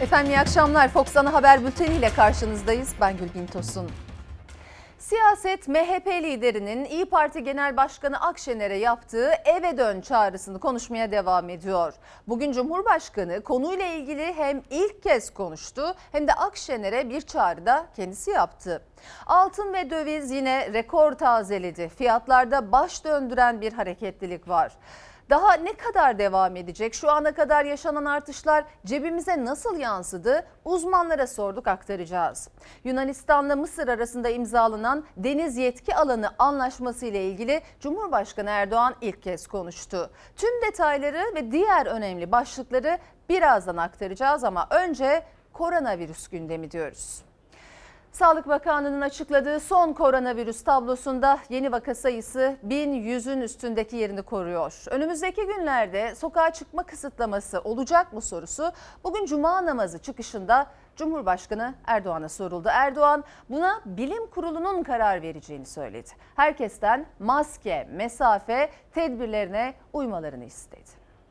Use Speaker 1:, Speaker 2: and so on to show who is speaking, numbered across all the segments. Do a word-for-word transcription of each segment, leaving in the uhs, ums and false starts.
Speaker 1: Efendim iyi akşamlar. Fox Ana Haber Bülteni ile karşınızdayız. Ben Gülgin Tosun. Siyaset, M H P liderinin İYİ Parti Genel Başkanı Akşener'e yaptığı eve dön çağrısını konuşmaya devam ediyor. Bugün Cumhurbaşkanı konuyla ilgili hem ilk kez konuştu hem de Akşener'e bir çağrı da kendisi yaptı. Altın ve döviz yine rekor tazeledi. Fiyatlarda baş döndüren bir hareketlilik var. Daha ne kadar devam edecek? Şu ana kadar yaşanan artışlar cebimize nasıl yansıdı? Uzmanlara sorduk, aktaracağız. Yunanistan'la Mısır arasında imzalanan deniz yetki alanı anlaşması ile ilgili Cumhurbaşkanı Erdoğan ilk kez konuştu. Tüm detayları ve diğer önemli başlıkları birazdan aktaracağız ama önce koronavirüs gündemi diyoruz. Sağlık Bakanlığı'nın açıkladığı son koronavirüs tablosunda yeni vaka sayısı bin yüzün üstündeki yerini koruyor. Önümüzdeki günlerde sokağa çıkma kısıtlaması olacak mı sorusu bugün Cuma namazı çıkışında Cumhurbaşkanı Erdoğan'a soruldu. Erdoğan buna bilim kurulunun karar vereceğini söyledi. Herkesten maske, mesafe tedbirlerine uymalarını istedi.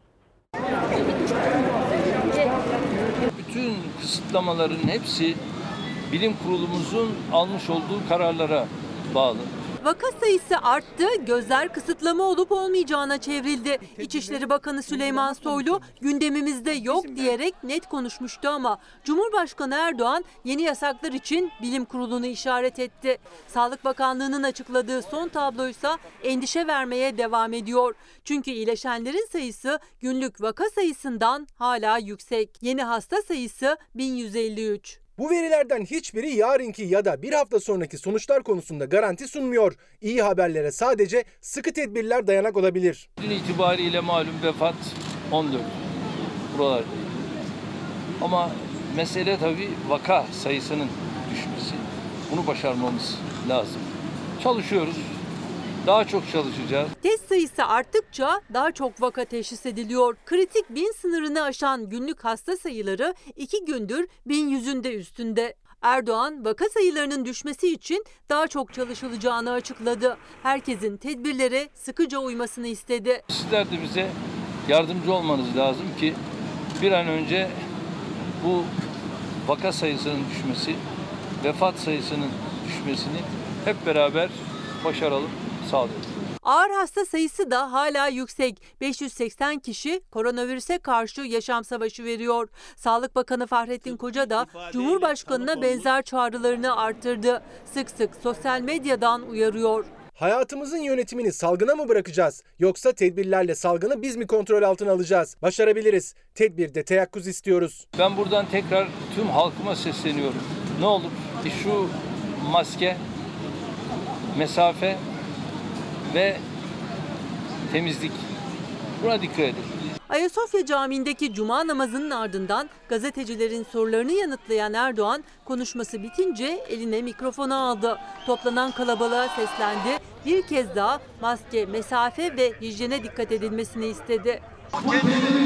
Speaker 2: Bütün kısıtlamaların hepsi bilim kurulumuzun almış olduğu kararlara bağlı.
Speaker 3: Vaka sayısı arttı, gözler kısıtlama olup olmayacağına çevrildi. İçişleri Bakanı Süleyman Soylu gündemimizde yok diyerek net konuşmuştu ama Cumhurbaşkanı Erdoğan yeni yasaklar için bilim kurulunu işaret etti. Sağlık Bakanlığı'nın açıkladığı son tabloysa endişe vermeye devam ediyor. Çünkü iyileşenlerin sayısı günlük vaka sayısından hala yüksek. Yeni hasta sayısı bin yüz elli üç.
Speaker 4: Bu verilerden hiçbiri yarınki ya da bir hafta sonraki sonuçlar konusunda garanti sunmuyor. İyi haberlere sadece sıkı tedbirler dayanak olabilir.
Speaker 2: Dün itibariyle malum vefat on dört buralarda. Ama mesele tabii vaka sayısının düşmesi. Bunu başarmamız lazım. Çalışıyoruz. Daha çok çalışacağız.
Speaker 3: Test sayısı arttıkça daha çok vaka teşhis ediliyor. Kritik bin sınırını aşan günlük hasta sayıları iki gündür bin yüzün de üstünde. Erdoğan vaka sayılarının düşmesi için daha çok çalışılacağını açıkladı. Herkesin tedbirlere sıkıca uymasını istedi.
Speaker 2: Sizler de bize yardımcı olmanız lazım ki bir an önce bu vaka sayısının düşmesi, vefat sayısının düşmesini hep beraber başaralım.
Speaker 3: Ağır hasta sayısı da hala yüksek. beş yüz seksen kişi koronavirüse karşı yaşam savaşı veriyor. Sağlık Bakanı Fahrettin Koca da Cumhurbaşkanı'na benzer çağrılarını artırdı. Sık sık sosyal medyadan uyarıyor.
Speaker 4: Hayatımızın yönetimini salgına mı bırakacağız? Yoksa tedbirlerle salgını biz mi kontrol altına alacağız? Başarabiliriz. Tedbirde teyakkuz istiyoruz.
Speaker 2: Ben buradan tekrar tüm halkıma sesleniyorum. Ne olur şu maske, mesafe ve temizlik. Buna dikkat edin.
Speaker 3: Ayasofya Camii'ndeki cuma namazının ardından gazetecilerin sorularını yanıtlayan Erdoğan konuşması bitince eline mikrofonu aldı. Toplanan kalabalığa seslendi. Bir kez daha maske, mesafe ve hijyene dikkat edilmesini istedi.
Speaker 5: Buna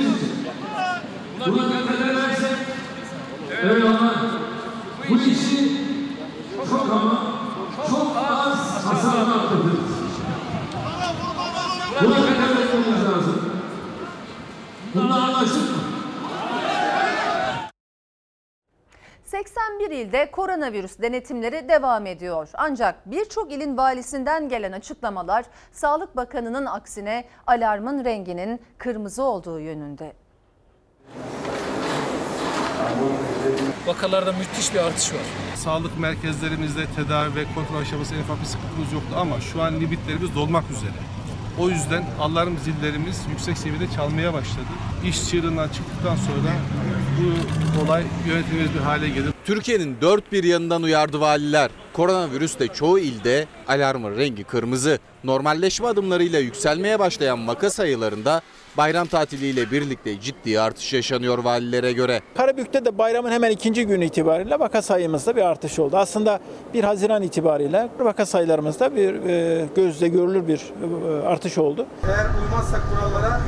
Speaker 5: dikkat edersek eyvallah. Bu işi çok ama çok az hasarlı atlatırız. Buna dikkat etmemiz lazım. Bununla anlaştık mı?
Speaker 1: seksen bir ilde koronavirüs denetimleri devam ediyor. Ancak birçok ilin valisinden gelen açıklamalar Sağlık Bakanı'nın aksine alarmın renginin kırmızı olduğu yönünde.
Speaker 6: Vakalarda müthiş bir artış var.
Speaker 7: Sağlık merkezlerimizde tedavi ve kontrol aşaması en ufak bir sıkıntımız yoktu ama şu an limitlerimiz dolmak üzere. O yüzden alarm zillerimiz yüksek seviyede çalmaya başladı. İş çığırından çıktıktan sonra bu olay yönetilmez bir hale gelir.
Speaker 8: Türkiye'nin dört bir yanından uyardı valiler. Koronavirüste çoğu ilde alarmın rengi kırmızı. Normalleşme adımlarıyla yükselmeye başlayan vaka sayılarında bayram tatiliyle birlikte ciddi artış yaşanıyor valilere göre.
Speaker 9: Karabük'te de bayramın hemen ikinci günü itibariyle vaka sayımızda bir artış oldu. Aslında bir Haziran itibariyle vaka sayılarımızda bir e, gözle görülür bir e, artış oldu.
Speaker 10: Eğer uymazsak kurallara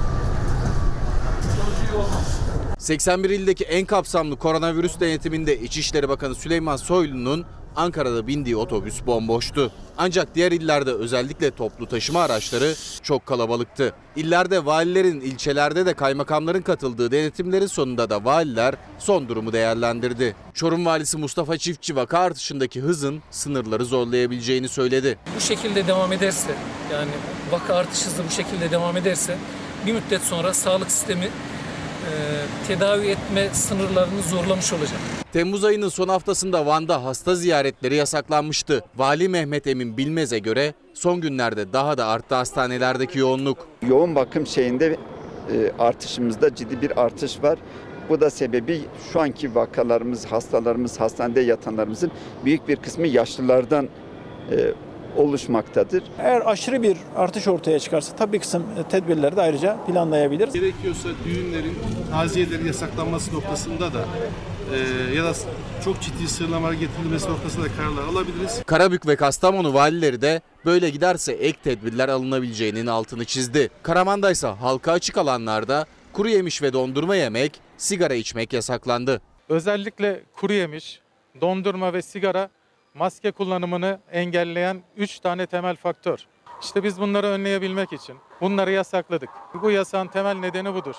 Speaker 10: sonucu iyi olmaz.
Speaker 8: seksen bir ildeki en kapsamlı koronavirüs denetiminde İçişleri Bakanı Süleyman Soylu'nun Ankara'da bindiği otobüs bomboştu. Ancak diğer illerde özellikle toplu taşıma araçları çok kalabalıktı. İllerde valilerin, ilçelerde de kaymakamların katıldığı denetimlerin sonunda da valiler son durumu değerlendirdi. Çorum valisi Mustafa Çiftçi vaka artışındaki hızın sınırları zorlayabileceğini söyledi.
Speaker 6: Bu şekilde devam ederse, yani vaka artış hızı bu şekilde devam ederse bir müddet sonra sağlık sistemi e, tedavi etme sınırlarını zorlamış olacak.
Speaker 8: Temmuz ayının son haftasında Van'da hasta ziyaretleri yasaklanmıştı. Vali Mehmet Emin Bilmez'e göre son günlerde daha da arttı hastanelerdeki yoğunluk.
Speaker 11: Yoğun bakım şeyinde e, artışımızda ciddi bir artış var. Bu da sebebi şu anki vakalarımız, hastalarımız, hastanede yatanlarımızın büyük bir kısmı yaşlılardan e, oluşmaktadır.
Speaker 9: Eğer aşırı bir artış ortaya çıkarsa tabii kısım tedbirleri de ayrıca planlayabiliriz.
Speaker 7: Gerekiyorsa düğünlerin, taziyelerin yasaklanması noktasında da e, ya da çok ciddi sınırlamalar getirilmesi noktasında da kararlar alabiliriz.
Speaker 8: Karabük ve Kastamonu valileri de böyle giderse ek tedbirler alınabileceğinin altını çizdi. Karaman'da ise halka açık alanlarda kuru yemiş ve dondurma yemek, sigara içmek yasaklandı.
Speaker 12: Özellikle kuru yemiş, dondurma ve sigara maske kullanımını engelleyen üç tane temel faktör. İşte biz bunları önleyebilmek için bunları yasakladık. Bu yasağın temel nedeni budur.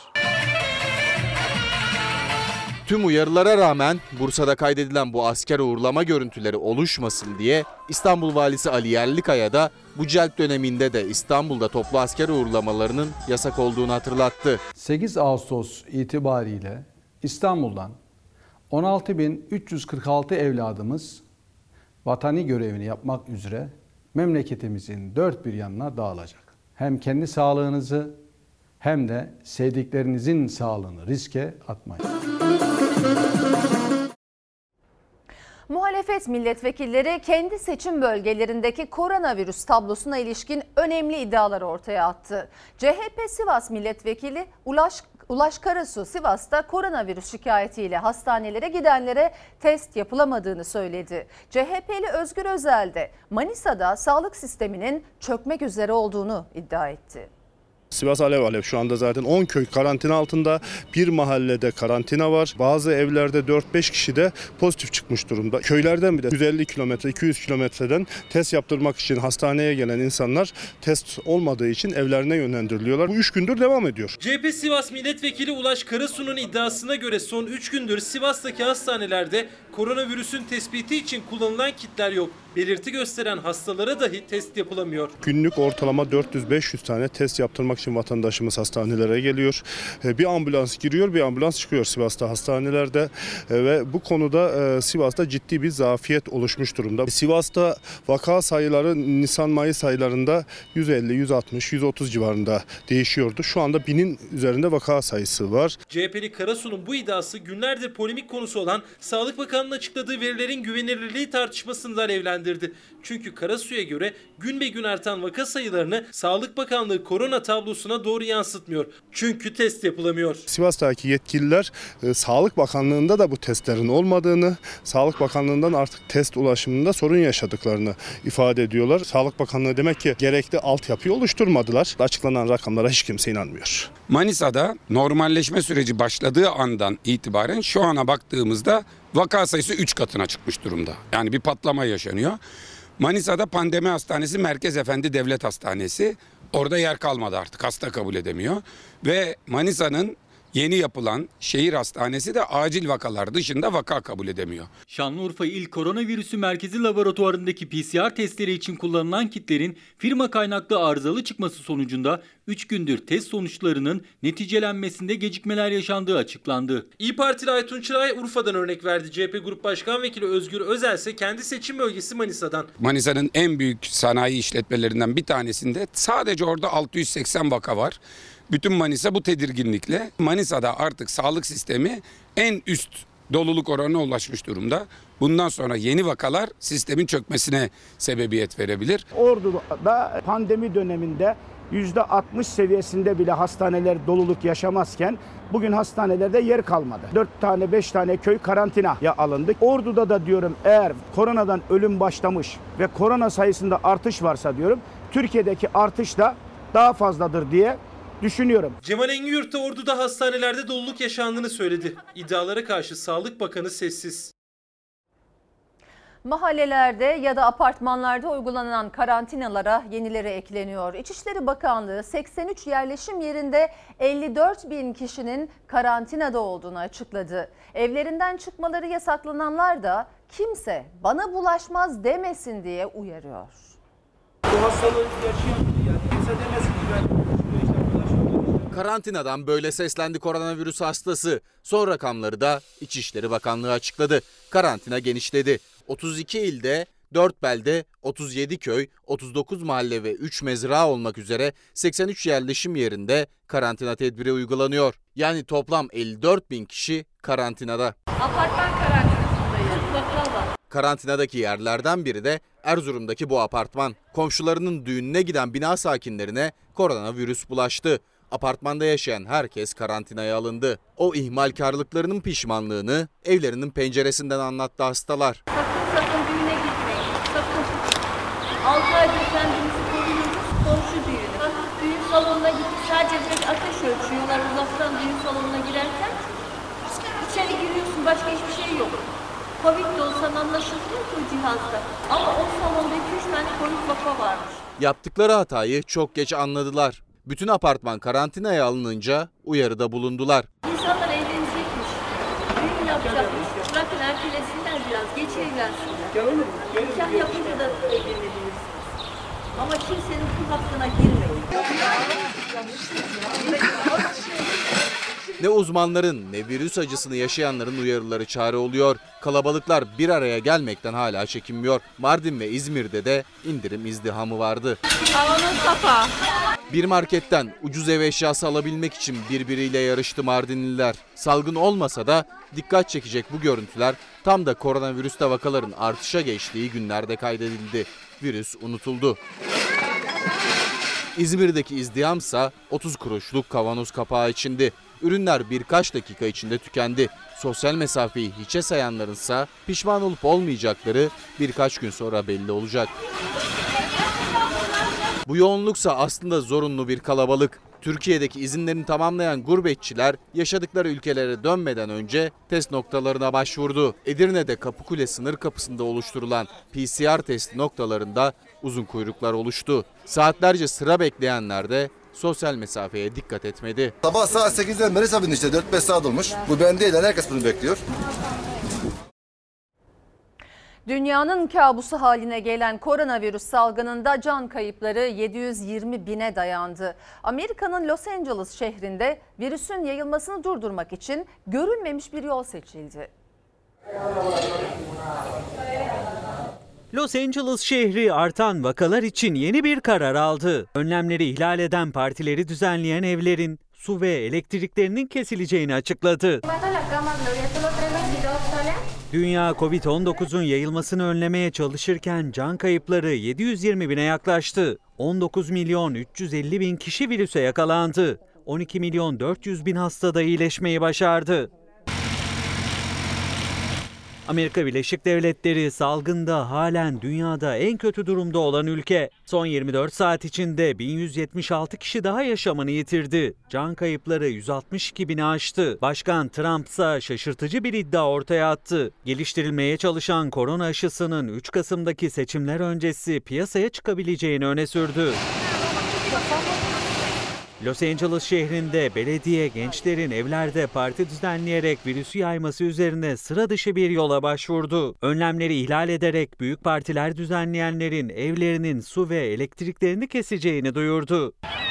Speaker 8: Tüm uyarılara rağmen Bursa'da kaydedilen bu asker uğurlama görüntüleri oluşmasın diye İstanbul Valisi Ali Yerlikaya da bu celp döneminde de İstanbul'da toplu asker uğurlamalarının yasak olduğunu hatırlattı.
Speaker 13: sekiz Ağustos itibariyle İstanbul'dan on altı bin üç yüz kırk altı evladımız vatani görevini yapmak üzere memleketimizin dört bir yanına dağılacak. Hem kendi sağlığınızı hem de sevdiklerinizin sağlığını riske atmayın.
Speaker 1: Muhalefet milletvekilleri kendi seçim bölgelerindeki koronavirüs tablosuna ilişkin önemli iddialar ortaya attı. C H P Sivas Milletvekili Ulaş, Ulaş Karasu Sivas'ta koronavirüs şikayetiyle hastanelere gidenlere test yapılamadığını söyledi. C H P'li Özgür Özel de Manisa'da sağlık sisteminin çökmek üzere olduğunu iddia etti.
Speaker 14: Sivas alev alev şu anda zaten on köy karantina altında, bir mahallede karantina var. Bazı evlerde dört beş kişi de pozitif çıkmış durumda. Köylerden bile yüz elli kilometre iki yüz kilometreden test yaptırmak için hastaneye gelen insanlar test olmadığı için evlerine yönlendiriliyorlar. Bu üç gündür devam ediyor.
Speaker 15: C H P Sivas Milletvekili Ulaş Karasu'nun iddiasına göre son üç gündür Sivas'taki hastanelerde koronavirüsün tespiti için kullanılan kitler yok. Belirti gösteren hastalara dahi test yapılamıyor.
Speaker 14: Günlük ortalama dört yüz beş yüz tane test yaptırmak için vatandaşımız hastanelere geliyor. Bir ambulans giriyor, bir ambulans çıkıyor Sivas'ta hastanelerde ve bu konuda Sivas'ta ciddi bir zafiyet oluşmuş durumda. Sivas'ta vaka sayıları Nisan-Mayıs aylarında yüz elli, yüz altmış, yüz otuz civarında değişiyordu. Şu anda binin üzerinde vaka sayısı var.
Speaker 15: C H P'li Karasu'nun bu iddiası günlerdir polemik konusu olan Sağlık Bakanı'nın açıkladığı verilerin güvenilirliği tartışmasını da alevlendirdi. Çünkü Karasu'ya göre gün be gün artan vaka sayılarını Sağlık Bakanlığı korona tablosuna doğru yansıtmıyor. Çünkü test yapılamıyor.
Speaker 14: Sivas'taki yetkililer e, Sağlık Bakanlığı'nda da bu testlerin olmadığını, Sağlık Bakanlığı'ndan artık test ulaşımında sorun yaşadıklarını ifade ediyorlar. Sağlık Bakanlığı demek ki gerekli altyapıyı oluşturmadılar. Açıklanan rakamlara hiç kimse inanmıyor.
Speaker 16: Manisa'da normalleşme süreci başladığı andan itibaren şu ana baktığımızda vaka sayısı üç katına çıkmış durumda. Yani bir patlama yaşanıyor. Manisa'da Pandemi Hastanesi Merkez Efendi Devlet Hastanesi. Orada yer kalmadı artık, hasta kabul edemiyor. Ve Manisa'nın yeni yapılan şehir hastanesi de acil vakalar dışında vaka kabul edemiyor.
Speaker 17: Şanlıurfa İl Koronavirüsü Merkezi Laboratuvarı'ndaki P C R testleri için kullanılan kitlerin firma kaynaklı arızalı çıkması sonucunda üç gündür test sonuçlarının neticelenmesinde gecikmeler yaşandığı açıklandı.
Speaker 15: İYİ Partili Aytun Çıray Urfa'dan örnek verdi. C H P Grup Başkan Vekili Özgür Özel ise kendi seçim bölgesi Manisa'dan.
Speaker 16: Manisa'nın en büyük sanayi işletmelerinden bir tanesinde sadece orada altı yüz seksen vaka var. Bütün Manisa bu tedirginlikle. Manisa'da artık sağlık sistemi en üst doluluk oranına ulaşmış durumda. Bundan sonra yeni vakalar sistemin çökmesine sebebiyet verebilir.
Speaker 18: Ordu'da pandemi döneminde yüzde altmış seviyesinde bile hastaneler doluluk yaşamazken bugün hastanelerde yer kalmadı. dört tane beş tane köy karantinaya alındı. Ordu'da da diyorum eğer koronadan ölüm başlamış ve korona sayısında artış varsa diyorum Türkiye'deki artış da daha fazladır diye düşünüyorum.
Speaker 15: Cemal Engiyurt da Ordu'da hastanelerde doluluk yaşandığını söyledi. İddialara karşı Sağlık Bakanı sessiz.
Speaker 1: Mahallelerde ya da apartmanlarda uygulanan karantinalara yenileri ekleniyor. İçişleri Bakanlığı seksen üç yerleşim yerinde elli dört bin kişinin karantinada olduğunu açıkladı. Evlerinden çıkmaları yasaklananlar da kimse bana bulaşmaz demesin diye uyarıyor.
Speaker 10: Bu hastalığı yaşayan yani kimse demesin ki ben
Speaker 8: Karantinadan böyle seslendi koronavirüs hastası. Son rakamları da İçişleri Bakanlığı açıkladı. Karantina genişledi. otuz iki ilde, dört belde, otuz yedi köy, otuz dokuz mahalle ve üç mezra olmak üzere seksen üç yerleşim yerinde karantina tedbiri uygulanıyor. Yani toplam elli dört bin kişi karantinada.
Speaker 19: Apartman karantinasındayız. Baklava.
Speaker 8: Karantinadaki yerlerden biri de Erzurum'daki bu apartman. Komşularının düğününe giden bina sakinlerine koronavirüs bulaştı. Apartmanda yaşayan herkes karantinaya alındı. O ihmalkarlıklarının pişmanlığını evlerinin penceresinden anlattı hastalar.
Speaker 19: Sakın sakın düğüne gitmeyin. Sakın. altı aydır kendimizi koruyoruz. Komşu düğünü. Bak, düğün salonuna gittik. Sadece bir ateş ölçüyorlar uzaktan düğün salonuna girerken. İçeri giriyorsun, başka hiçbir şey yok. Covid de olsan anlaşılmıyor ki o cihazda. Ama o salonda iki üç tane Covid vaka varmış.
Speaker 8: Yaptıkları hatayı çok geç anladılar. Bütün apartman karantinaya alınınca uyarıda bulundular.
Speaker 19: İnsanlar evlenecekmiş, düğün yapacakmış. Bırakın ertelesinler biraz, geç evlensinler. Nikah yapınca da evlenebilirsiniz. Ama kimsenin kul hakkına girmeyin.
Speaker 8: Ne uzmanların ne virüs acısını yaşayanların uyarıları çare oluyor. Kalabalıklar bir araya gelmekten hala çekinmiyor. Mardin ve İzmir'de de indirim izdihamı vardı.
Speaker 19: Havanın kapağı.
Speaker 8: Bir marketten ucuz ev eşyası alabilmek için birbiriyle yarıştı Mardinliler. Salgın olmasa da dikkat çekecek bu görüntüler tam da koronavirüste vakaların artışa geçtiği günlerde kaydedildi. Virüs unutuldu. İzmir'deki izdihamsa otuz kuruşluk kavanoz kapağı içindi. Ürünler birkaç dakika içinde tükendi. Sosyal mesafeyi hiçe sayanlarınsa pişman olup olmayacakları birkaç gün sonra belli olacak. Bu yoğunluksa aslında zorunlu bir kalabalık. Türkiye'deki izinlerini tamamlayan gurbetçiler yaşadıkları ülkelere dönmeden önce test noktalarına başvurdu. Edirne'de Kapıkule sınır kapısında oluşturulan P C R test noktalarında uzun kuyruklar oluştu. Saatlerce sıra bekleyenler de sosyal mesafeye dikkat etmedi.
Speaker 20: Sabah saat sekizden beri sabit işte dört beş saat olmuş. Bu ben değil, herkes bunu bekliyor.
Speaker 1: Dünyanın kabusu haline gelen koronavirüs salgınında can kayıpları yedi yüz yirmi bine dayandı. Amerika'nın Los Angeles şehrinde virüsün yayılmasını durdurmak için görülmemiş bir yol seçildi.
Speaker 21: Los Angeles şehri artan vakalar için yeni bir karar aldı. Önlemleri ihlal eden partileri düzenleyen evlerin su ve elektriklerinin kesileceğini açıkladı. Dünya Covid on dokuzun yayılmasını önlemeye çalışırken can kayıpları yedi yüz yirmi bine yaklaştı. on dokuz milyon üç yüz elli bin kişi virüse yakalandı. on iki milyon dört yüz bin hasta da iyileşmeyi başardı. Amerika Birleşik Devletleri salgında halen dünyada en kötü durumda olan ülke. Son yirmi dört saat içinde bin yüz yetmiş altı kişi daha yaşamını yitirdi. Can kayıpları yüz altmış iki bini aştı. Başkan Trump ise şaşırtıcı bir iddia ortaya attı. Geliştirilmeye çalışan korona aşısının üç Kasım'daki seçimler öncesi piyasaya çıkabileceğini öne sürdü. Los Angeles şehrinde belediye gençlerin evlerde parti düzenleyerek virüsü yayması üzerine sıra dışı bir yola başvurdu. Önlemleri ihlal ederek büyük partiler düzenleyenlerin evlerinin su ve elektriklerini keseceğini duyurdu.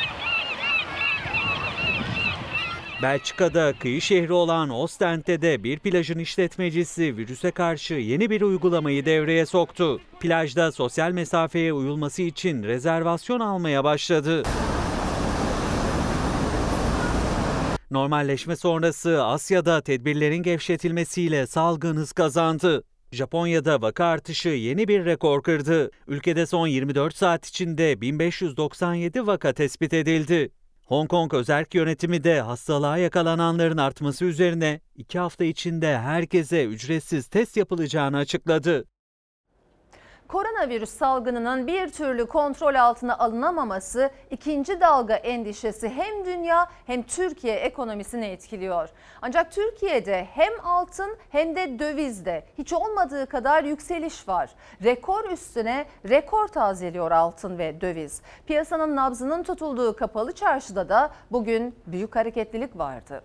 Speaker 21: Belçika'da kıyı şehri olan Oostend'de de bir plajın işletmecisi virüse karşı yeni bir uygulamayı devreye soktu. Plajda sosyal mesafeye uyulması için rezervasyon almaya başladı. Normalleşme sonrası Asya'da tedbirlerin gevşetilmesiyle salgın hız kazandı. Japonya'da vaka artışı yeni bir rekor kırdı. Ülkede son yirmi dört saat içinde bin beş yüz doksan yedi vaka tespit edildi. Hong Kong özerk yönetimi de hastalığa yakalananların artması üzerine iki hafta içinde herkese ücretsiz test yapılacağını açıkladı.
Speaker 1: koronavirüs salgınının bir türlü kontrol altına alınamaması, ikinci dalga endişesi hem dünya hem Türkiye ekonomisini etkiliyor. Ancak Türkiye'de hem altın hem de dövizde hiç olmadığı kadar yükseliş var. Rekor üstüne rekor tazeliyor altın ve döviz. Piyasanın nabzının tutulduğu kapalı çarşıda da bugün büyük hareketlilik vardı.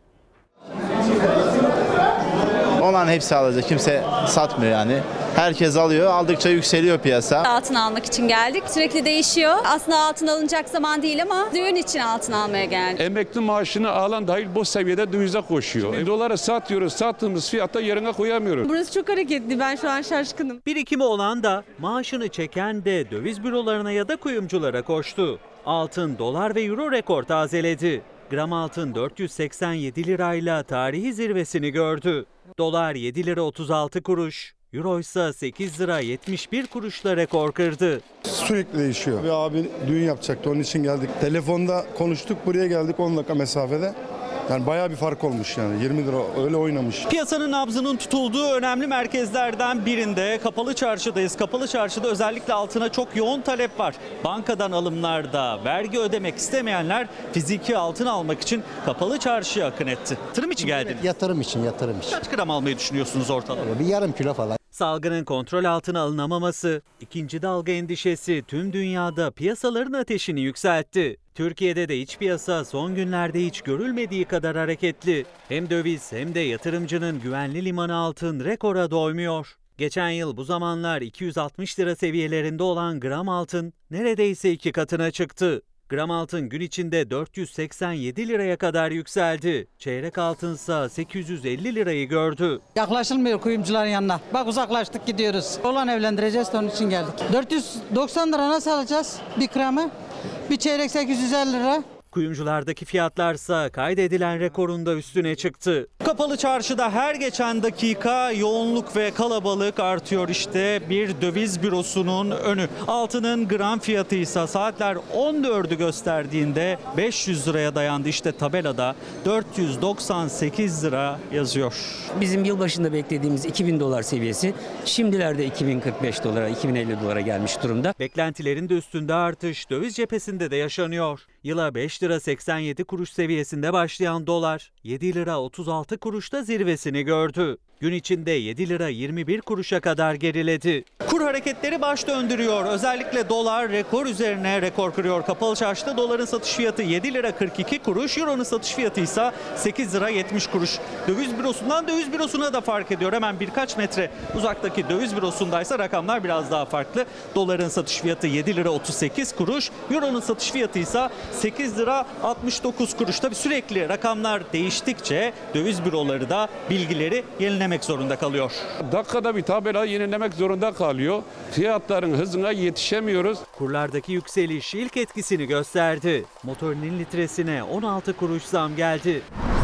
Speaker 4: Olan hepsi alacak. Kimse satmıyor yani. Herkes alıyor. Aldıkça yükseliyor piyasa.
Speaker 22: Altın almak için geldik. Sürekli değişiyor. Aslında altın alınacak zaman değil ama düğün için altın almaya geldik.
Speaker 23: Emekli maaşını alan dahil bu seviyede dövize koşuyor. E, dolara satıyoruz. Sattığımız fiyatta yerine koyamıyoruz.
Speaker 3: Burası çok hareketli. Ben şu an şaşkınım.
Speaker 21: Birikimi olan da maaşını çeken de döviz bürolarına ya da kuyumculara koştu. Altın, dolar ve euro rekor tazeledi. Gram altın dört yüz seksen yedi lirayla tarihi zirvesini gördü. Dolar yedi lira otuz altı kuruş, euro ise sekiz lira yetmiş bir kuruşla rekor kırdı.
Speaker 24: Sürekli değişiyor. Bir abi düğün yapacaktı, onun için geldik. Telefonda konuştuk, buraya geldik on dakika mesafede. Yani bayağı bir fark olmuş yani. yirmi lira öyle oynamış.
Speaker 21: Piyasanın nabzının tutulduğu önemli merkezlerden birinde Kapalı Çarşı'dayız. Kapalı Çarşı'da özellikle altına çok yoğun talep var. Bankadan alımlarda vergi ödemek istemeyenler fiziki altın almak için Kapalı Çarşı'ya akın etti. Yatırım için geldiniz.
Speaker 25: Evet, yatırım için, yatırım için.
Speaker 21: Kaç gram almayı düşünüyorsunuz ortalama?
Speaker 25: Bir yarım kilo falan.
Speaker 21: Salgının kontrol altına alınamaması, ikinci dalga endişesi tüm dünyada piyasaların ateşini yükseltti. Türkiye'de de iç piyasa son günlerde hiç görülmediği kadar hareketli. Hem döviz hem de yatırımcının güvenli limanı altın rekora doymuyor. Geçen yıl bu zamanlar iki yüz altmış lira seviyelerinde olan gram altın neredeyse iki katına çıktı. Gram altın gün içinde dört yüz seksen yedi liraya kadar yükseldi. Çeyrek altınsa sekiz yüz elli lirayı gördü.
Speaker 26: Yaklaşılmıyor kuyumcuların yanına. Bak uzaklaştık gidiyoruz. Olan evlendireceğiz de onun için geldik. dört yüz doksan lira nasıl alacağız bir gramı? Bir çeyrek sekiz yüz elli lira.
Speaker 21: Kuyumculardaki fiyatlarsa kaydedilen rekorun da üstüne çıktı. Kapalı Çarşı'da her geçen dakika yoğunluk ve kalabalık artıyor. İşte bir döviz bürosunun önü. Altının gram fiyatı ise saatler on dördü gösterdiğinde beş yüz liraya dayandı. İşte tabelada dört yüz doksan sekiz lira yazıyor.
Speaker 27: Bizim yılbaşında beklediğimiz iki bin dolar seviyesi şimdilerde iki bin kırk beş dolara, iki bin elli dolara gelmiş durumda.
Speaker 21: Beklentilerin de üstünde artış döviz cephesinde de yaşanıyor. Yıla beş lira seksen yedi kuruş seviyesinde başlayan dolar yedi lira otuz altı kuruşta zirvesini gördü. Gün içinde yedi lira yirmi bir kuruşa kadar geriledi. Kur hareketleri baş döndürüyor. Özellikle dolar rekor üzerine rekor kırıyor. Kapalı Çarşı'da doların satış fiyatı yedi lira kırk iki kuruş, euronun satış fiyatı ise sekiz lira yetmiş kuruş. Döviz bürosundan döviz bürosuna da fark ediyor. Hemen birkaç metre uzaktaki döviz bürosundaysa rakamlar biraz daha farklı. Doların satış fiyatı yedi lira otuz sekiz kuruş, euronun satış fiyatı ise sekiz lira altmış dokuz kuruş. Tabii sürekli rakamlar değiştikçe döviz büroları da bilgileri yenilemek zorunda kalıyor.
Speaker 23: Dakikada bir tabela yenilemek zorunda kalıyor. Fiyatların hızına yetişemiyoruz.
Speaker 21: Kurlardaki yükseliş ilk etkisini gösterdi. Motorinin litresine on altı kuruş zam geldi.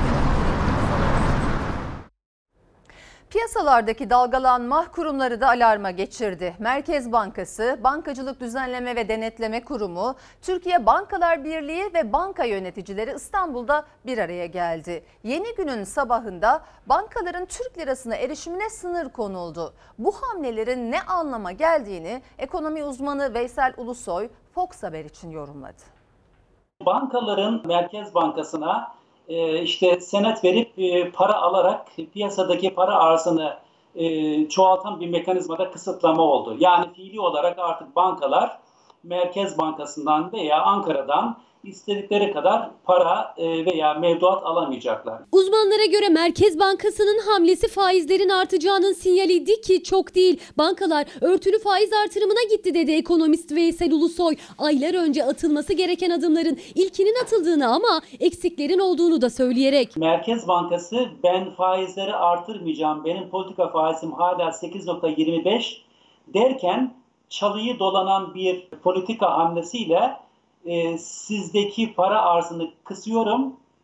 Speaker 1: Piyasalardaki dalgalanma kurumları da alarma geçirdi. Merkez Bankası, Bankacılık Düzenleme ve Denetleme Kurumu, Türkiye Bankalar Birliği ve banka yöneticileri İstanbul'da bir araya geldi. Yeni günün sabahında bankaların Türk lirasına erişimine sınır konuldu. Bu hamlelerin ne anlama geldiğini ekonomi uzmanı Veysel Ulusoy Fox Haber için yorumladı.
Speaker 28: Bankaların Merkez Bankası'na işte senet verip para alarak piyasadaki para arzını çoğaltan bir mekanizmada kısıtlama oldu. Yani fiili olarak artık bankalar Merkez Bankası'ndan veya Ankara'dan istedikleri kadar para veya mevduat alamayacaklar.
Speaker 29: Uzmanlara göre Merkez Bankası'nın hamlesi faizlerin artacağının sinyaliydi ki çok değil. Bankalar örtülü faiz artırımına gitti dedi ekonomist Veysel Ulusoy. Aylar önce atılması gereken adımların ilkinin atıldığını ama eksiklerin olduğunu da söyleyerek.
Speaker 28: Merkez Bankası ben faizleri artırmayacağım, benim politika faizim hala sekiz nokta yirmi beş derken çalıyı dolanan bir politika hamlesiyle E, sizdeki para arzını kısıyorum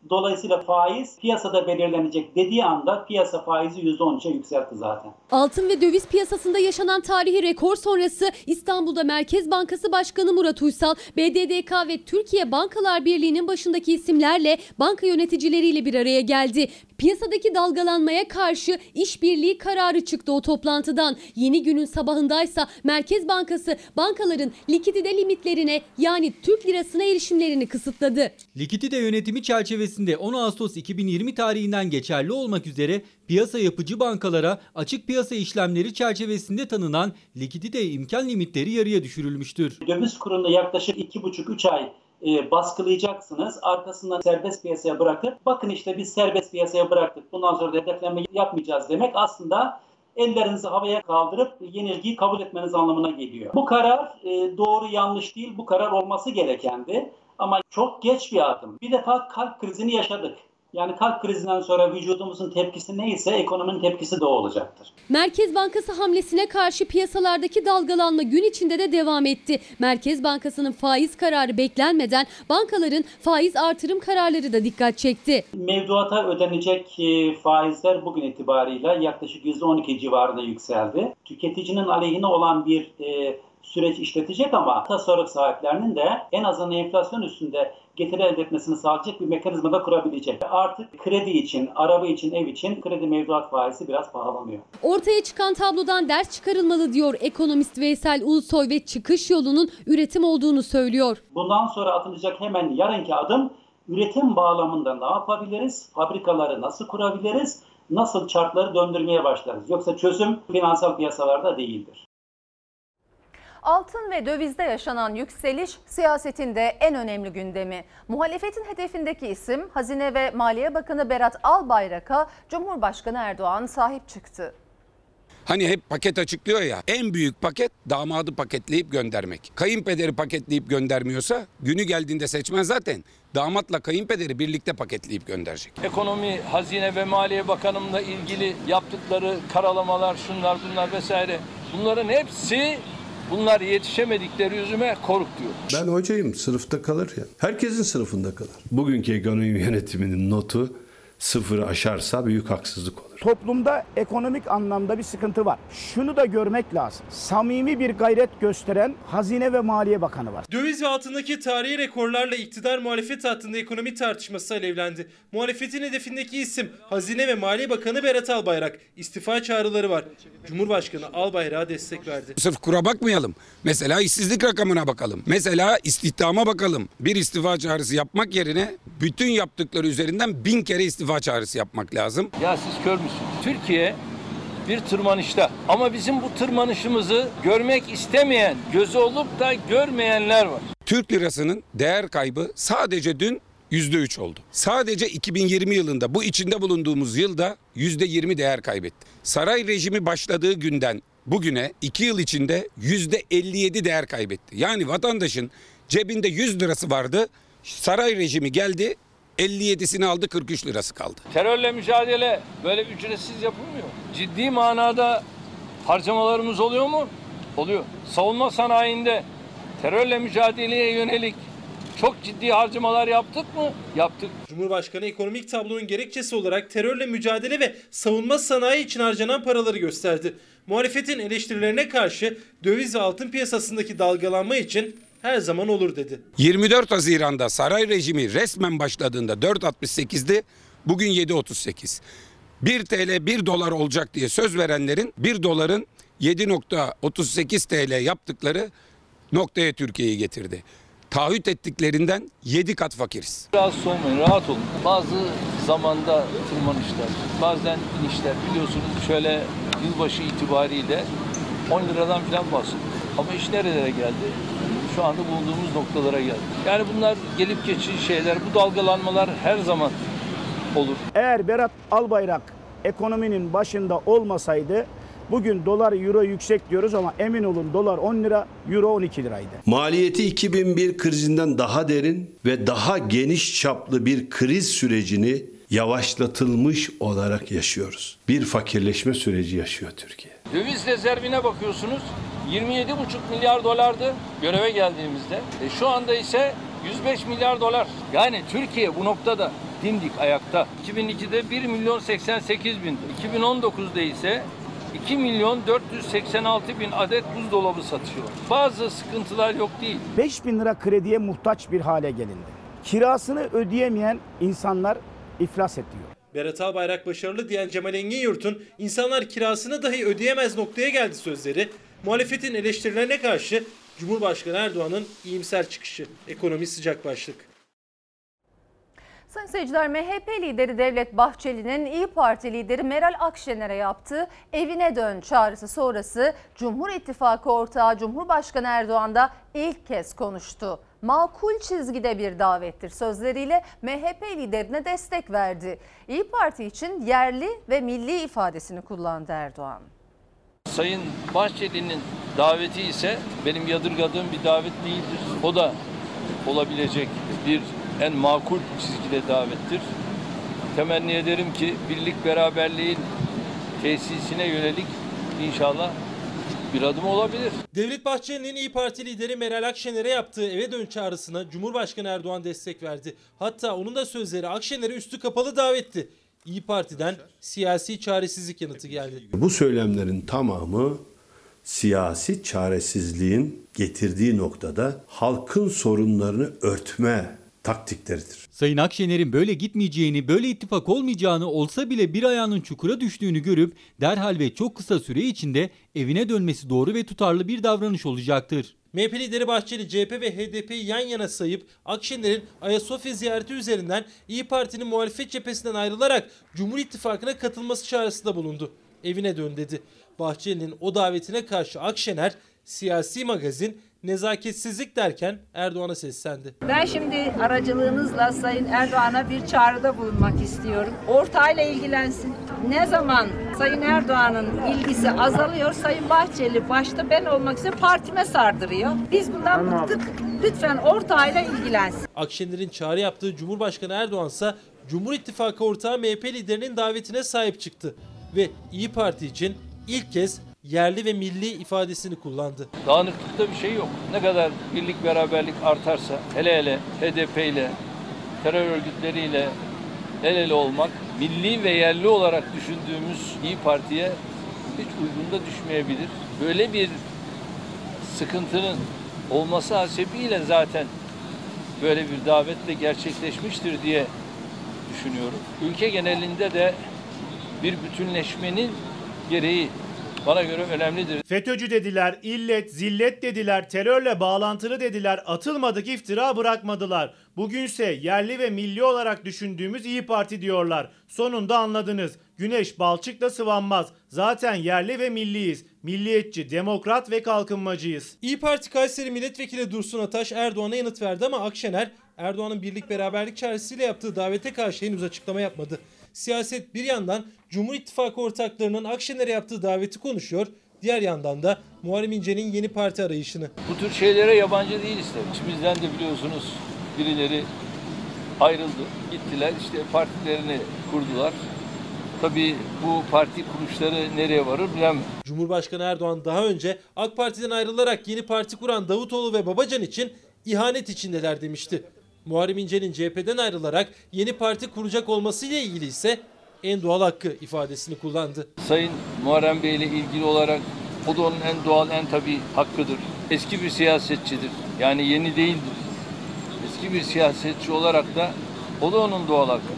Speaker 28: Dolayısıyla faiz piyasada belirlenecek dediği anda piyasa faizi yüzde on üçe yükseltti zaten.
Speaker 29: Altın ve döviz piyasasında yaşanan tarihi rekor sonrası İstanbul'da Merkez Bankası Başkanı Murat Uysal, B D D K ve Türkiye Bankalar Birliği'nin başındaki isimlerle banka yöneticileriyle bir araya geldi. Piyasadaki dalgalanmaya karşı işbirliği kararı çıktı o toplantıdan. Yeni günün sabahındaysa Merkez Bankası bankaların likidite limitlerine yani Türk lirasına erişimlerini kısıtladı.
Speaker 17: Likidite yönetimi çerçevesinde on Ağustos iki bin yirmi tarihinden geçerli olmak üzere piyasa yapıcı bankalara açık piyasa işlemleri çerçevesinde tanınan likidite imkan limitleri yarıya düşürülmüştür.
Speaker 28: Döviz kurunu yaklaşık iki buçuk üç ay e, baskılayacaksınız. Arkasından serbest piyasaya bırakıp bakın işte biz serbest piyasaya bıraktık. Bundan sonra da hedeflenme yapmayacağız demek aslında ellerinizi havaya kaldırıp yenilgiyi kabul etmeniz anlamına geliyor. Bu karar e, doğru yanlış değil, bu karar olması gerekendi. Ama çok geç bir adım. Bir defa kalp krizini yaşadık. Yani kalp krizinden sonra vücudumuzun tepkisi neyse ekonominin tepkisi de o olacaktır.
Speaker 29: Merkez Bankası hamlesine karşı piyasalardaki dalgalanma gün içinde de devam etti. Merkez Bankası'nın faiz kararı beklenmeden bankaların faiz artırım kararları da dikkat çekti.
Speaker 28: Mevduata ödenecek faizler bugün itibarıyla yaklaşık yüzde on iki civarında yükseldi. Tüketicinin aleyhine olan bir e, süreç işletecek ama tasarruf sahiplerinin de en azından enflasyon üstünde getiri elde etmesini sağlayacak bir mekanizma da kurabilecek. Artık kredi için, araba için, ev için kredi mevduat faizi biraz pahalanıyor.
Speaker 29: Ortaya çıkan tablodan ders çıkarılmalı diyor ekonomist Veysel Ulusoy ve çıkış yolunun üretim olduğunu söylüyor.
Speaker 28: Bundan sonra atılacak hemen yarınki adım üretim bağlamında ne yapabiliriz? Fabrikaları nasıl kurabiliriz? Nasıl çarkları döndürmeye başlarız? Yoksa çözüm finansal piyasalarda değildir.
Speaker 1: Altın ve dövizde yaşanan yükseliş siyasetin de en önemli gündemi. Muhalefetin hedefindeki isim Hazine ve Maliye Bakanı Berat Albayrak'a Cumhurbaşkanı Erdoğan sahip çıktı.
Speaker 16: Hani hep paket açıklıyor ya, en büyük paket damadı paketleyip göndermek. Kayınpederi paketleyip göndermiyorsa günü geldiğinde seçmen zaten damatla kayınpederi birlikte paketleyip gönderecek.
Speaker 2: Ekonomi, Hazine ve Maliye Bakanımla ilgili yaptıkları karalamalar, şunlar bunlar vesaire, bunların hepsi bunlar yetişemedikleri yüzüme kork diyor.
Speaker 5: Ben hocayım, sınıfta kalır ya. Herkesin sınıfında kalır. Bugünkü ekonomi yönetiminin notu sıfırı aşarsa büyük haksızlık olur.
Speaker 18: Toplumda ekonomik anlamda bir sıkıntı var. Şunu da görmek lazım. Samimi bir gayret gösteren Hazine ve Maliye Bakanı var.
Speaker 15: Döviz ve altındaki tarihi rekorlarla iktidar muhalefet hattında ekonomi tartışması alevlendi. Muhalefetin hedefindeki isim Hazine ve Maliye Bakanı Berat Albayrak. İstifa çağrıları var. Cumhurbaşkanı Albayrak'a destek verdi.
Speaker 16: Sırf kura bakmayalım. Mesela işsizlik rakamına bakalım. Mesela istihdama bakalım. Bir istifa çağrısı yapmak yerine bütün yaptıkları üzerinden bin kere istifa çağrısı yapmak lazım.
Speaker 2: Ya siz kör müsünüz? Türkiye bir tırmanışta ama bizim bu tırmanışımızı görmek istemeyen, gözü olup da görmeyenler var.
Speaker 16: Türk lirasının değer kaybı sadece dün yüzde üç oldu. Sadece iki bin yirmi yılında, bu içinde bulunduğumuz yılda yüzde yirmi değer kaybetti. Saray rejimi başladığı günden bugüne iki yıl içinde yüzde elli yedi değer kaybetti. Yani vatandaşın cebinde yüz lirası vardı, saray rejimi geldi, elli yedisini aldı, kırk üç lirası kaldı.
Speaker 2: Terörle mücadele böyle ücretsiz yapılmıyor. Ciddi manada harcamalarımız oluyor mu? Oluyor. Savunma sanayinde terörle mücadeleye yönelik çok ciddi harcamalar yaptık mı? Yaptık.
Speaker 15: Cumhurbaşkanı ekonomik tablonun gerekçesi olarak terörle mücadele ve savunma sanayi için harcanan paraları gösterdi. Muhalefetin eleştirilerine karşı döviz ve altın piyasasındaki dalgalanma için her zaman olur dedi.
Speaker 16: yirmi dört Haziran'da saray rejimi resmen başladığında dört altmış sekizdi, bugün yedi otuz sekiz. bir TL bir dolar olacak diye söz verenlerin bir doların yedi nokta otuz sekiz T L yaptıkları noktaya Türkiye'yi getirdi. Taahhüt ettiklerinden yedi kat fakiriz.
Speaker 2: Rahatsız olmayın, rahat olun. Bazı zamanda tırmanışlar, bazen inişler, biliyorsunuz şöyle yılbaşı itibariyle on liradan falan bahsediyor. Ama iş nerelere geldi? Şu anda bulunduğumuz noktalara geldi. Yani bunlar gelip geçici şeyler, bu dalgalanmalar her zaman olur.
Speaker 18: Eğer Berat Albayrak ekonominin başında olmasaydı bugün dolar, euro yüksek diyoruz ama emin olun dolar on lira, euro on iki liraydı.
Speaker 5: Maliyeti iki bin bir krizinden daha derin ve daha geniş çaplı bir kriz sürecini yavaşlatılmış olarak yaşıyoruz. Bir fakirleşme süreci yaşıyor Türkiye.
Speaker 2: Döviz rezervine bakıyorsunuz, yirmi yedi buçuk milyar dolardı göreve geldiğimizde. E şu anda ise yüz beş milyar dolar. Yani Türkiye bu noktada dimdik ayakta. iki bin ikide bir milyon seksen sekiz bin, iki bin on dokuzda ise iki milyon dört yüz seksen altı bin adet buzdolabı satıyor. Bazı sıkıntılar yok değil.
Speaker 18: beş bin lira krediye muhtaç bir hale gelindi. Kirasını ödeyemeyen insanlar iflas ediyor.
Speaker 15: Berat Albayrak başarılı diyen Cemal Engin-Yurt'un insanlar kirasını dahi ödeyemez noktaya geldi sözleri, muhalefetin eleştirilerine karşı Cumhurbaşkanı Erdoğan'ın iyimser çıkışı. Ekonomi sıcak başlık.
Speaker 1: Sayın seyirciler, M H P lideri Devlet Bahçeli'nin İYİ Parti lideri Meral Akşener'e yaptığı evine dön çağrısı sonrası Cumhur İttifakı ortağı Cumhurbaşkanı Erdoğan da ilk kez konuştu. Makul çizgide bir davettir sözleriyle M H P liderine destek verdi. İYİ Parti için yerli ve milli ifadesini kullandı Erdoğan.
Speaker 2: Sayın Bahçeli'nin daveti ise benim yadırgadığım bir davet değildir. O da olabilecek bir en makul çizgide davettir. Temenni ederim ki birlik beraberliğin tesisine yönelik inşallah bir adım olabilir.
Speaker 15: Devlet Bahçeli'nin İYİ Parti lideri Meral Akşener'e yaptığı eve dön çağrısına Cumhurbaşkanı Erdoğan destek verdi. Hatta onun da sözleri Akşener'e üstü kapalı davetti. İYİ Parti'den siyasi çaresizlik yanıtı geldi.
Speaker 5: Bu söylemlerin tamamı siyasi çaresizliğin getirdiği noktada halkın sorunlarını örtme taktikleridir.
Speaker 17: Sayın Akşener'in böyle gitmeyeceğini, böyle ittifak olmayacağını, olsa bile bir ayağının çukura düştüğünü görüp derhal ve çok kısa süre içinde evine dönmesi doğru ve tutarlı bir davranış olacaktır.
Speaker 15: M H P lideri Bahçeli C H P ve H D P'yi yan yana sayıp Akşener'in Ayasofya ziyareti üzerinden İYİ Parti'nin muhalefet cephesinden ayrılarak Cumhur İttifakı'na katılması çağrısında bulundu. Evine dön dedi. Bahçeli'nin o davetine karşı Akşener siyasi magazin nezaketsizlik derken Erdoğan'a seslendi.
Speaker 6: Ben şimdi aracılığınızla Sayın Erdoğan'a bir çağrıda bulunmak istiyorum. Ortağıyla ilgilensin. Ne zaman Sayın Erdoğan'ın ilgisi azalıyor, Sayın Bahçeli başta ben olmak üzere partime sardırıyor. Biz bundan bıktık. Lütfen ortağıyla ilgilensin.
Speaker 15: Akşener'in çağrı yaptığı Cumhurbaşkanı Erdoğan ise Cumhur İttifakı ortağı M H P liderinin davetine sahip çıktı. Ve İYİ Parti için ilk kez yerli ve milli ifadesini kullandı.
Speaker 2: Dağınıklıkta bir şey yok. Ne kadar birlik beraberlik artarsa hele hele H D P ile terör örgütleriyle el ele olmak milli ve yerli olarak düşündüğümüz İYİ Parti'ye hiç uygun da düşmeyebilir. Böyle bir sıkıntının olması hasebiyle zaten böyle bir davetle gerçekleşmiştir diye düşünüyorum. Ülke genelinde de bir bütünleşmenin gereği bana göre önemlidir.
Speaker 7: FETÖ'cü dediler, illet, zillet dediler, terörle bağlantılı dediler, atılmadık iftira bırakmadılar. Bugünse yerli ve milli olarak düşündüğümüz İYİ Parti diyorlar. Sonunda anladınız. Güneş balçıkla sıvanmaz. Zaten yerli ve milliyiz. Milliyetçi, demokrat ve kalkınmacıyız.
Speaker 15: İYİ Parti Kayseri Milletvekili Dursun Ataş Erdoğan'a yanıt verdi ama Akşener, Erdoğan'ın birlik beraberlik çağrısıyla yaptığı davete karşı henüz açıklama yapmadı. Siyaset bir yandan Cumhur İttifakı ortaklarının Akşener'e yaptığı daveti konuşuyor, diğer yandan da Muharrem İnce'nin yeni parti arayışını.
Speaker 2: Bu tür şeylere yabancı değiliz tabii. İçimizden de biliyorsunuz birileri ayrıldı, gittiler, işte partilerini kurdular. Tabii bu parti kuruluşları nereye varır bilemem.
Speaker 15: Cumhurbaşkanı Erdoğan daha önce AK Parti'den ayrılarak yeni parti kuran Davutoğlu ve Babacan için ihanet içindeler demişti. Muharrem İnce'nin C H P'den ayrılarak yeni parti kuracak olmasıyla ilgili ise en doğal hakkı ifadesini kullandı.
Speaker 2: Sayın Muharrem Bey ile ilgili olarak o da onun en doğal, en tabii hakkıdır. Eski bir siyasetçidir. Yani yeni değildir. Eski bir siyasetçi olarak da o da onun doğal hakkıdır.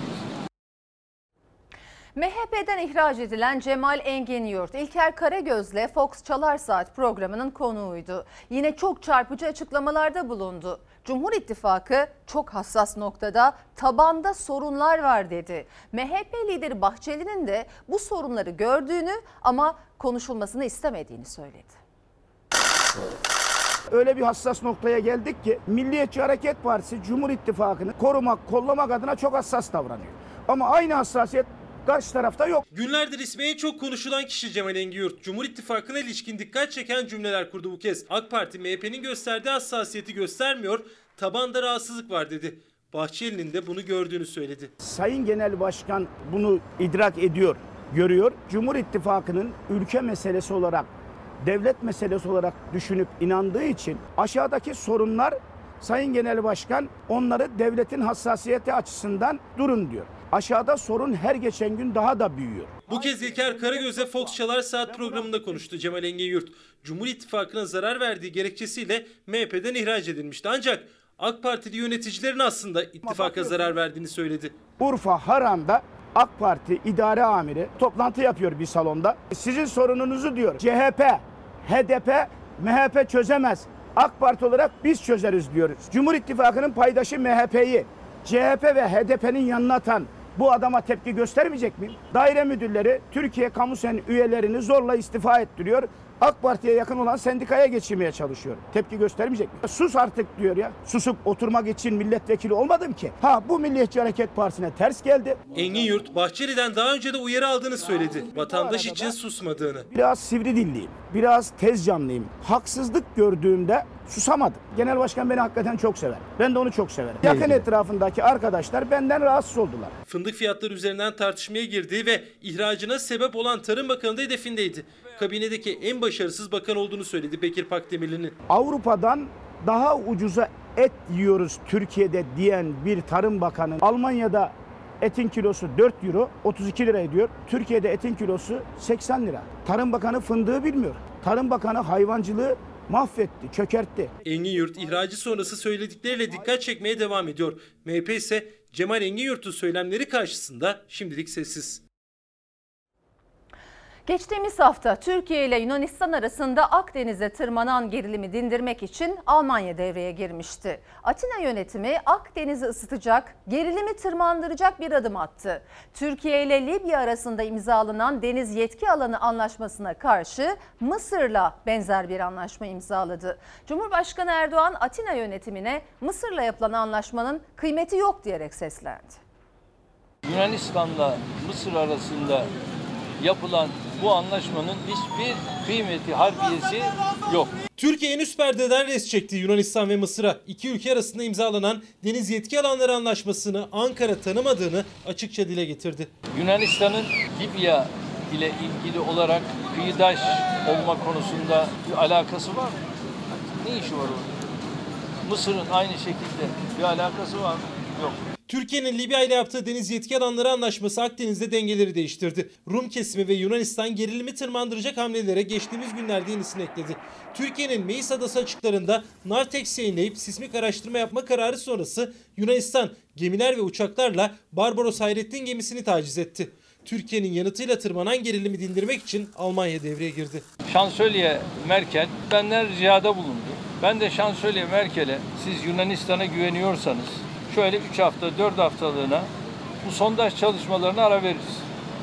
Speaker 1: M H P'den ihraç edilen Cemal Engin-Yurt, İlker Karagöz'le Fox Çalar Saat programının konuğuydu. Yine çok çarpıcı açıklamalarda bulundu. Cumhur İttifakı çok hassas noktada, tabanda sorunlar var dedi. M H P lideri Bahçeli'nin de bu sorunları gördüğünü ama konuşulmasını istemediğini söyledi.
Speaker 18: Öyle bir hassas noktaya geldik ki Milliyetçi Hareket Partisi Cumhur İttifakı'nı korumak, kollamak adına çok hassas davranıyor. Ama aynı hassasiyet karşı tarafta yok.
Speaker 15: Günlerdir ismi en çok konuşulan kişi Cemal Engin-Yurt. Cumhur İttifakı'na ilişkin dikkat çeken cümleler kurdu bu kez. AK Parti M H P'nin gösterdiği hassasiyeti göstermiyor, tabanda rahatsızlık var dedi. Bahçeli'nin de bunu gördüğünü söyledi.
Speaker 18: Sayın Genel Başkan bunu idrak ediyor, görüyor. Cumhur İttifakı'nın ülke meselesi olarak, devlet meselesi olarak düşünüp inandığı için aşağıdaki sorunlar Sayın Genel Başkan onları devletin hassasiyeti açısından durun diyor. Aşağıda sorun her geçen gün daha da büyüyor.
Speaker 15: Bu kez İlker Karagöz'e Fox Çalar Saat programında konuştu Cemal Engin-Yurt. Cumhur İttifakı'na zarar verdiği gerekçesiyle M H P'den ihraç edilmişti. Ancak AK Partili yöneticilerin aslında ittifaka zarar verdiğini söyledi.
Speaker 18: Urfa Haran'da AK Parti idare amiri toplantı yapıyor bir salonda. Sizin sorununuzu diyor C H P, H D P, M H P çözemez. AK Parti olarak biz çözeriz diyoruz. Cumhur İttifakı'nın paydaşı M H P'yi C H P ve H D P'nin yanına atan bu adama tepki göstermeyecek miyim? Daire müdürleri Türkiye Kamusen üyelerini zorla istifa ettiriyor. AK Parti'ye yakın olan sendikaya geçirmeye çalışıyor. Tepki göstermeyecek mi? Sus artık diyor ya. Susup oturmak için milletvekili olmadım ki. Ha bu Milliyetçi Hareket Partisi'ne ters geldi.
Speaker 15: Engin-Yurt Bahçeli'den daha önce de uyarı aldığını söyledi. Vatandaş için susmadığını.
Speaker 18: Biraz sivri dilliyim. Biraz tez canlıyım. Haksızlık gördüğümde susamadım. Genel Başkan beni hakikaten çok sever. Ben de onu çok severim. Yakın etrafındaki arkadaşlar benden rahatsız oldular.
Speaker 15: Fındık fiyatları üzerinden tartışmaya girdiği ve ihracına sebep olan Tarım Bakanı da hedefindeydi. Kabinedeki en başarısız bakan olduğunu söyledi Bekir Pakdemirli'nin.
Speaker 18: Avrupa'dan daha ucuza et yiyoruz Türkiye'de diyen bir Tarım Bakanı Almanya'da etin kilosu dört euro otuz iki lira ediyor. Türkiye'de etin kilosu seksen lira. Tarım Bakanı fındığı bilmiyor. Tarım Bakanı hayvancılığı mahvetti, çökertti.
Speaker 15: Engin-Yurt ihracı sonrası söyledikleriyle dikkat çekmeye devam ediyor. M H P ise Cemal Engin-Yurt'un söylemleri karşısında şimdilik sessiz.
Speaker 1: Geçtiğimiz hafta Türkiye ile Yunanistan arasında Akdeniz'e tırmanan gerilimi dindirmek için Almanya devreye girmişti. Atina yönetimi Akdeniz'i ısıtacak, gerilimi tırmandıracak bir adım attı. Türkiye ile Libya arasında imzalanan deniz yetki alanı anlaşmasına karşı Mısır'la benzer bir anlaşma imzaladı. Cumhurbaşkanı Erdoğan Atina yönetimine Mısır'la yapılan anlaşmanın kıymeti yok diyerek seslendi.
Speaker 2: Yunanistan'la Mısır arasında yapılan bu anlaşmanın hiçbir kıymeti, harbiyesi yok.
Speaker 15: Türkiye en üst perdeden res çekti Yunanistan ve Mısır'a. İki ülke arasında imzalanan deniz yetki alanları anlaşmasını Ankara tanımadığını açıkça dile getirdi.
Speaker 2: Yunanistan'ın Libya ile ilgili olarak kıyıdaş olma konusunda bir alakası var mı? Ne işi var orada? Mısır'ın aynı şekilde bir alakası var mı? Yok.
Speaker 15: Türkiye'nin Libya ile yaptığı deniz yetki alanları anlaşması Akdeniz'de dengeleri değiştirdi. Rum kesimi ve Yunanistan gerilimi tırmandıracak hamlelere geçtiğimiz günlerde yenisini ekledi. Türkiye'nin Meis Adası açıklarında Navtex yayınlayıp sismik araştırma yapma kararı sonrası Yunanistan gemiler ve uçaklarla Barbaros Hayrettin gemisini taciz etti. Türkiye'nin yanıtıyla tırmanan gerilimi dindirmek için Almanya devreye girdi.
Speaker 2: Şansölye Merkel benden ricada bulundu. Ben de Şansölye Merkel'e siz Yunanistan'a güveniyorsanız şöyle üç hafta dört haftalığına bu sondaj çalışmalarına ara veririz.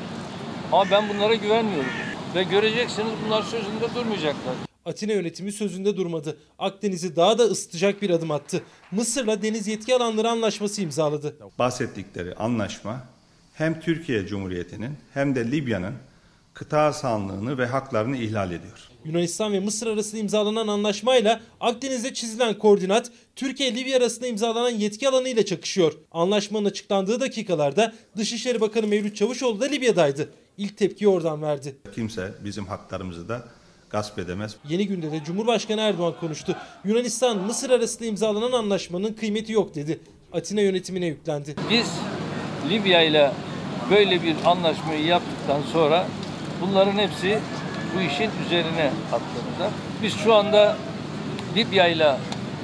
Speaker 2: Ama ben bunlara güvenmiyorum. Ve göreceksiniz bunlar sözünde durmayacaklar.
Speaker 15: Atina yönetimi sözünde durmadı. Akdeniz'i daha da ısıtacak bir adım attı. Mısır'la deniz yetki alanları anlaşması imzaladı.
Speaker 8: Bahsettikleri anlaşma hem Türkiye Cumhuriyeti'nin hem de Libya'nın kıta sahanlığını ve haklarını ihlal ediyor.
Speaker 15: Yunanistan ve Mısır arasında imzalanan anlaşmayla Akdeniz'de çizilen koordinat Türkiye-Libya arasında imzalanan yetki alanı ile çakışıyor. Anlaşmanın açıklandığı dakikalarda Dışişleri Bakanı Mevlüt Çavuşoğlu da Libya'daydı. İlk tepkiyi oradan verdi.
Speaker 8: Kimse bizim haklarımızı da gasp edemez.
Speaker 15: Yeni günde de Cumhurbaşkanı Erdoğan konuştu. Yunanistan-Mısır arasında imzalanan anlaşmanın kıymeti yok dedi. Atina yönetimine yüklendi.
Speaker 2: Biz Libya ile böyle bir anlaşmayı yaptıktan sonra bunların hepsi bu işin üzerine atlanacak. Biz şu anda Libya ile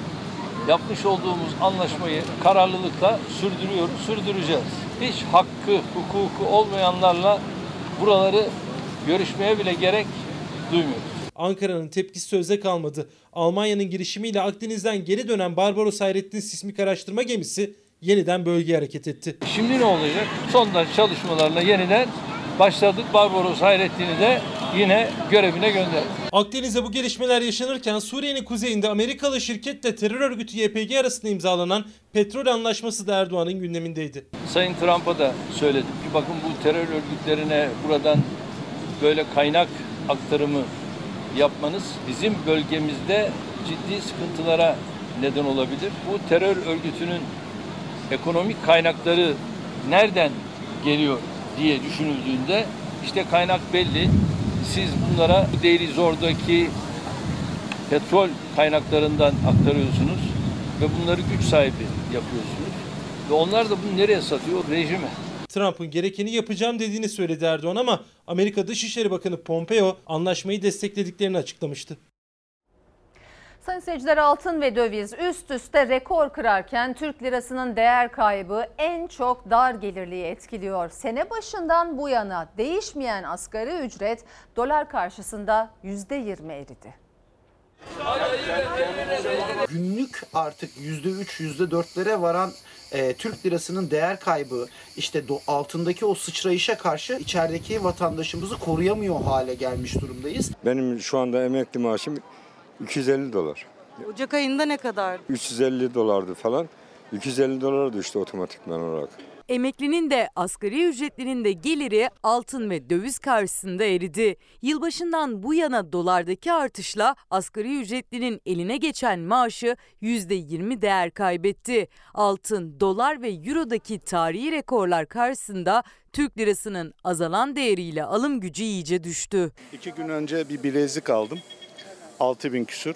Speaker 2: yapmış olduğumuz anlaşmayı kararlılıkla sürdürüyoruz, sürdüreceğiz. Hiç hakkı, hukuku olmayanlarla buraları görüşmeye bile gerek duymuyoruz.
Speaker 15: Ankara'nın tepkisi sözde kalmadı. Almanya'nın girişimiyle Akdeniz'den geri dönen Barbaros Hayrettin sismik araştırma gemisi yeniden bölgeye hareket etti.
Speaker 2: Şimdi ne olacak? Sondaj çalışmalarına yeniden başladık. Barbaros Hayrettin'i de yine görevine gönderdik.
Speaker 15: Akdeniz'de bu gelişmeler yaşanırken Suriye'nin kuzeyinde Amerikalı şirketle terör örgütü Y P G arasında imzalanan petrol anlaşması da Erdoğan'ın gündemindeydi.
Speaker 2: Sayın Trump'a da söyledim ki bakın bu terör örgütlerine buradan böyle kaynak aktarımı yapmanız bizim bölgemizde ciddi sıkıntılara neden olabilir. Bu terör örgütünün ekonomik kaynakları nereden geliyor diye düşünüldüğünde işte kaynak belli. Siz bunlara Deir ez-Zor'daki petrol kaynaklarından aktarıyorsunuz. ve bunları güç sahibi yapıyorsunuz. Ve onlar da bunu nereye satıyor? Rejime.
Speaker 15: Trump'ın gerekeni yapacağım dediğini söyledi Erdoğan ama Amerika Dışişleri Bakanı Pompeo anlaşmayı desteklediklerini açıklamıştı.
Speaker 1: Sayın seyirciler, altın ve döviz üst üste rekor kırarken Türk lirasının değer kaybı en çok dar gelirliyi etkiliyor. Sene başından bu yana değişmeyen asgari ücret dolar karşısında yüzde yirmi eridi.
Speaker 4: Günlük artık yüzde üç, yüzde dörtlere varan e, Türk lirasının değer kaybı, işte do, altındaki o sıçrayışa karşı içerideki vatandaşımızı koruyamıyor hale gelmiş durumdayız.
Speaker 9: Benim şu anda emekli maaşım iki yüz elli dolar.
Speaker 10: Ocak ayında ne kadar?
Speaker 9: üç yüz elli dolardı falan. iki yüz elli dolara düştü otomatikman olarak.
Speaker 11: Emeklinin de asgari ücretlinin de geliri altın ve döviz karşısında eridi. Yılbaşından bu yana dolardaki artışla asgari ücretlinin eline geçen maaşı yüzde yirmi değer kaybetti. Altın, dolar ve eurodaki tarihi rekorlar karşısında Türk lirasının azalan değeriyle alım gücü iyice düştü.
Speaker 12: İki gün önce bir bilezik aldım. altı bin küsür.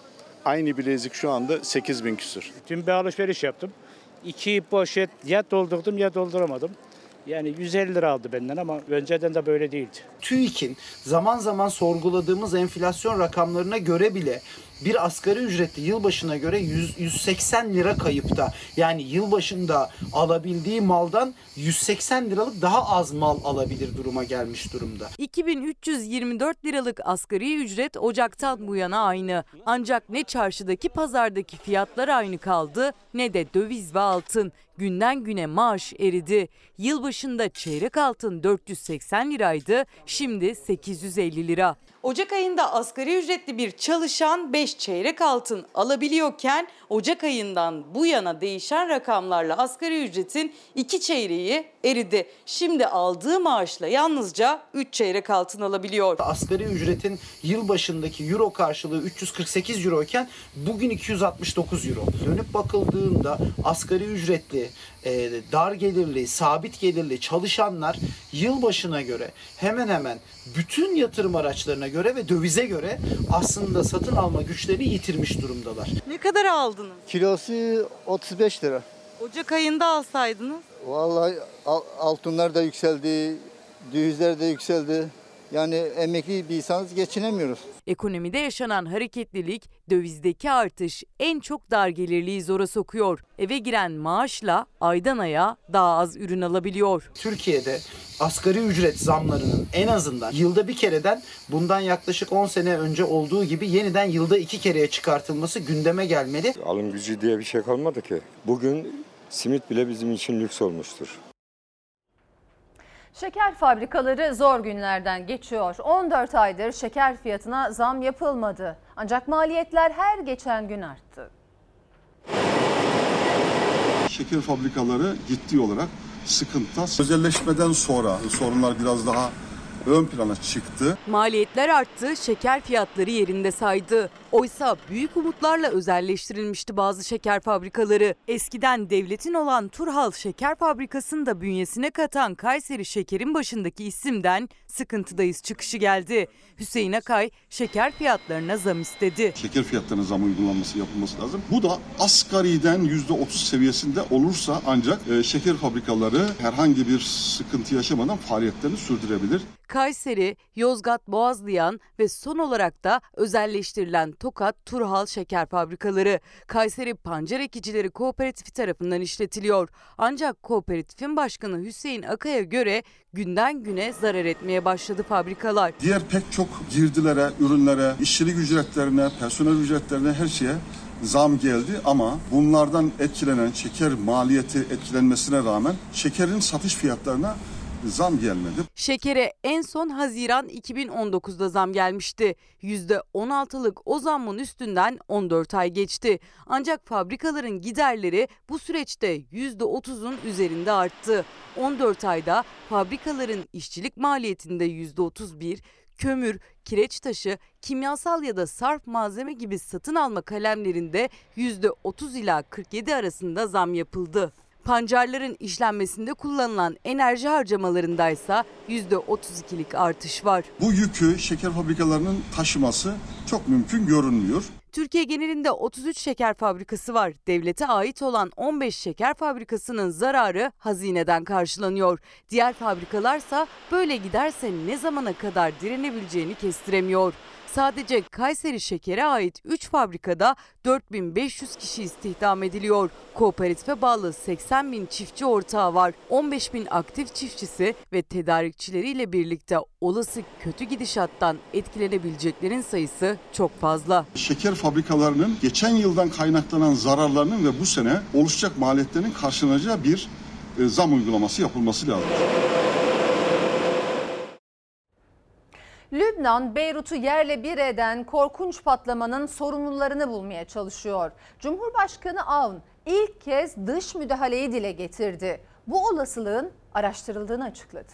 Speaker 12: Aynı bilezik şu anda sekiz bin küsür.
Speaker 18: Dün bir alışveriş yaptım. İki poşet ya doldurdum ya dolduramadım. Yani yüz elli lira aldı benden ama önceden de böyle değildi.
Speaker 4: TÜİK'in zaman zaman sorguladığımız enflasyon rakamlarına göre bile bir asgari ücretli yılbaşına göre yüz, yüz seksen lira kayıpta. Yani yılbaşında alabildiği maldan yüz seksen liralık daha az mal alabilir duruma gelmiş durumda.
Speaker 11: iki bin üç yüz yirmi dört liralık asgari ücret Ocak'tan bu yana aynı. Ancak ne çarşıdaki pazardaki fiyatlar aynı kaldı ne de döviz ve altın. Günden güne maaş eridi. Yılbaşında çeyrek altın dört yüz seksen liraydı, şimdi sekiz yüz elli lira.
Speaker 10: Ocak ayında asgari ücretli bir çalışan beş çeyrek altın alabiliyorken Ocak ayından bu yana değişen rakamlarla asgari ücretin iki çeyreği eridi. Şimdi aldığı maaşla yalnızca üç çeyrek altın alabiliyor.
Speaker 4: Asgari ücretin yılbaşındaki euro karşılığı üç yüz kırk sekiz euro iken bugün iki yüz altmış dokuz euro. Dönüp bakıldığında asgari ücretli, e, dar gelirli, sabit gelirli çalışanlar yılbaşına göre hemen hemen bütün yatırım araçlarına göre ve dövize göre aslında satın alma güçlerini yitirmiş durumdalar.
Speaker 10: Ne kadar aldınız?
Speaker 25: Kilosu otuz beş lira.
Speaker 10: Ocak ayında alsaydınız?
Speaker 25: Vallahi altınlar da yükseldi, dövizler de yükseldi. Yani emekli bir insanız, geçinemiyoruz.
Speaker 11: Ekonomide yaşanan hareketlilik, dövizdeki artış en çok dar gelirliyi zora sokuyor. Eve giren maaşla aydan aya daha az ürün alabiliyor.
Speaker 4: Türkiye'de asgari ücret zamlarının en azından yılda bir kereden, bundan yaklaşık on sene önce olduğu gibi yeniden yılda iki kereye çıkartılması gündeme gelmeli.
Speaker 9: Alım gücü diye bir şey kalmadı ki. Bugün simit bile bizim için lüks olmuştur.
Speaker 1: Şeker fabrikaları zor günlerden geçiyor. on dört aydır şeker fiyatına zam yapılmadı. Ancak maliyetler her geçen gün arttı.
Speaker 13: Şeker fabrikaları ciddi olarak sıkıntıda. Özelleşmeden sonra sorunlar biraz daha ön plana çıktı.
Speaker 11: Maliyetler arttı, şeker fiyatları yerinde saydı. Oysa büyük umutlarla özelleştirilmişti bazı şeker fabrikaları. Eskiden devletin olan Turhal Şeker Fabrikası'nı da bünyesine katan Kayseri Şeker'in başındaki isimden sıkıntıdayız çıkışı geldi. Hüseyin Akay şeker fiyatlarına zam istedi.
Speaker 13: Şeker fiyatlarına zam uygulanması yapılması lazım. Bu da asgariden yüzde otuz seviyesinde olursa ancak şeker fabrikaları herhangi bir sıkıntı yaşamadan faaliyetlerini sürdürebilir.
Speaker 11: Kayseri, Yozgat, Boğazlayan ve son olarak da özelleştirilen Tokat Turhal Şeker Fabrikaları Kayseri Pancar Ekicileri Kooperatifi tarafından işletiliyor. Ancak kooperatifin başkanı Hüseyin Akay'a göre günden güne zarar etmeye başladı fabrikalar.
Speaker 13: Diğer pek çok girdilere, ürünlere, işçilik ücretlerine, personel ücretlerine, her şeye zam geldi ama bunlardan etkilenen şeker maliyeti etkilenmesine rağmen şekerin satış fiyatlarına zam gelmedi.
Speaker 11: Şekere en son Haziran iki bin on dokuzda zam gelmişti. yüzde on altılık o zammın üstünden on dört ay geçti. Ancak fabrikaların giderleri bu süreçte yüzde otuzun üzerinde arttı. on dört ayda fabrikaların işçilik maliyetinde yüzde otuz bir, kömür, kireç taşı, kimyasal ya da sarf malzeme gibi satın alma kalemlerinde yüzde otuz ila kırk yedi arasında zam yapıldı. Pancarların işlenmesinde kullanılan enerji harcamalarındaysa yüzde otuz ikilik artış var.
Speaker 13: Bu yükü şeker fabrikalarının taşıması çok mümkün görünmüyor.
Speaker 11: Türkiye genelinde otuz üç şeker fabrikası var. Devlete ait olan on beş şeker fabrikasının zararı hazineden karşılanıyor. Diğer fabrikalarsa böyle giderse ne zamana kadar direnebileceğini kestiremiyor. Sadece Kayseri Şeker'e ait üç fabrikada dört bin beş yüz kişi istihdam ediliyor. Kooperatife bağlı seksen bin çiftçi ortağı var. on beş bin aktif çiftçisi ve tedarikçileriyle birlikte olası kötü gidişattan etkilenebileceklerin sayısı çok fazla.
Speaker 13: Şeker fabrikalarının geçen yıldan kaynaklanan zararlarının ve bu sene oluşacak maliyetlerin karşılanacağı bir e, zam uygulaması yapılması lazım.
Speaker 1: Lübnan, Beyrut'u yerle bir eden korkunç patlamanın sorumlularını bulmaya çalışıyor. Cumhurbaşkanı Avn ilk kez dış müdahaleyi dile getirdi. Bu olasılığın araştırıldığını açıkladı.